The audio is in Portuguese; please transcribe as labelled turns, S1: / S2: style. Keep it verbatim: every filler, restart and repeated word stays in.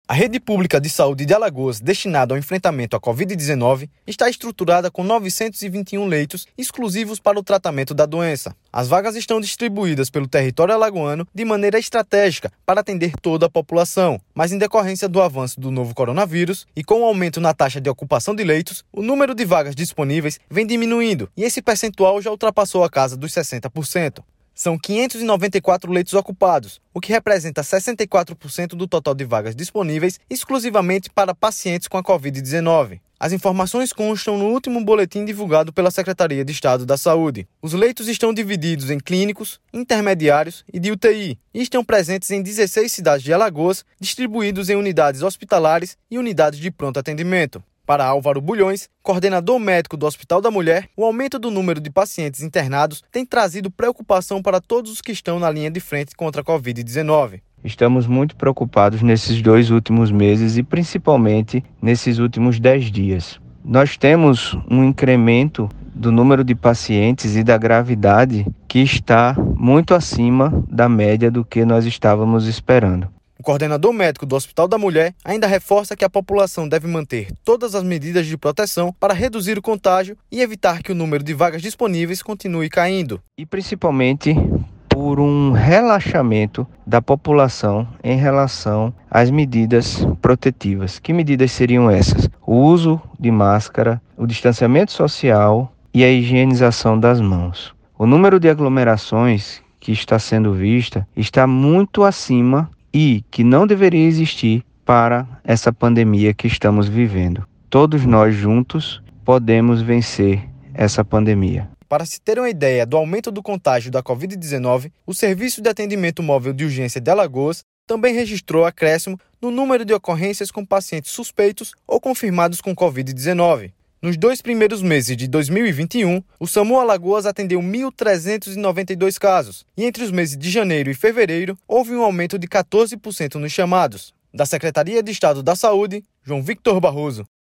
S1: A rede pública de saúde de Alagoas, destinada ao enfrentamento à covid dezenove, está estruturada com novecentos e vinte e um leitos exclusivos para o tratamento da doença. As vagas estão distribuídas pelo território alagoano de maneira estratégica para atender toda a população, mas em decorrência do avanço do novo coronavírus e com o aumento na taxa de ocupação de leitos, o número de vagas disponíveis vem diminuindo e esse percentual já ultrapassou a casa dos sessenta por cento. São quinhentos e noventa e quatro leitos ocupados, o que representa sessenta e quatro por cento do total de vagas disponíveis exclusivamente para pacientes com a covid dezenove. As informações constam no último boletim divulgado pela Secretaria de Estado da Saúde. Os leitos estão divididos em clínicos, intermediários e de U T I e estão presentes em dezesseis cidades de Alagoas, distribuídos em unidades hospitalares e unidades de pronto atendimento. Para Álvaro Bulhões, coordenador médico do Hospital da Mulher, o aumento do número de pacientes internados tem trazido preocupação para todos os que estão na linha de frente contra a covid dezenove.
S2: Estamos muito preocupados nesses dois últimos meses e principalmente nesses últimos dez dias. Nós temos um incremento do número de pacientes e da gravidade que está muito acima da média do que nós estávamos esperando.
S1: O coordenador médico do Hospital da Mulher ainda reforça que a população deve manter todas as medidas de proteção para reduzir o contágio e evitar que o número de vagas disponíveis continue caindo.
S2: E principalmente por um relaxamento da população em relação às medidas protetivas. Que medidas seriam essas? O uso de máscara, o distanciamento social e a higienização das mãos. O número de aglomerações que está sendo vista está muito acima e que não deveria existir para essa pandemia que estamos vivendo. Todos nós juntos podemos vencer essa pandemia.
S1: Para se ter uma ideia do aumento do contágio da covid dezenove, o Serviço de Atendimento Móvel de Urgência de Alagoas também registrou acréscimo no número de ocorrências com pacientes suspeitos ou confirmados com covid dezenove. Nos dois primeiros meses de dois mil e vinte e um, o SAMU Alagoas atendeu mil trezentos e noventa e dois casos e entre os meses de janeiro e fevereiro houve um aumento de quatorze por cento nos chamados. Da Secretaria de Estado da Saúde, João Victor Barroso.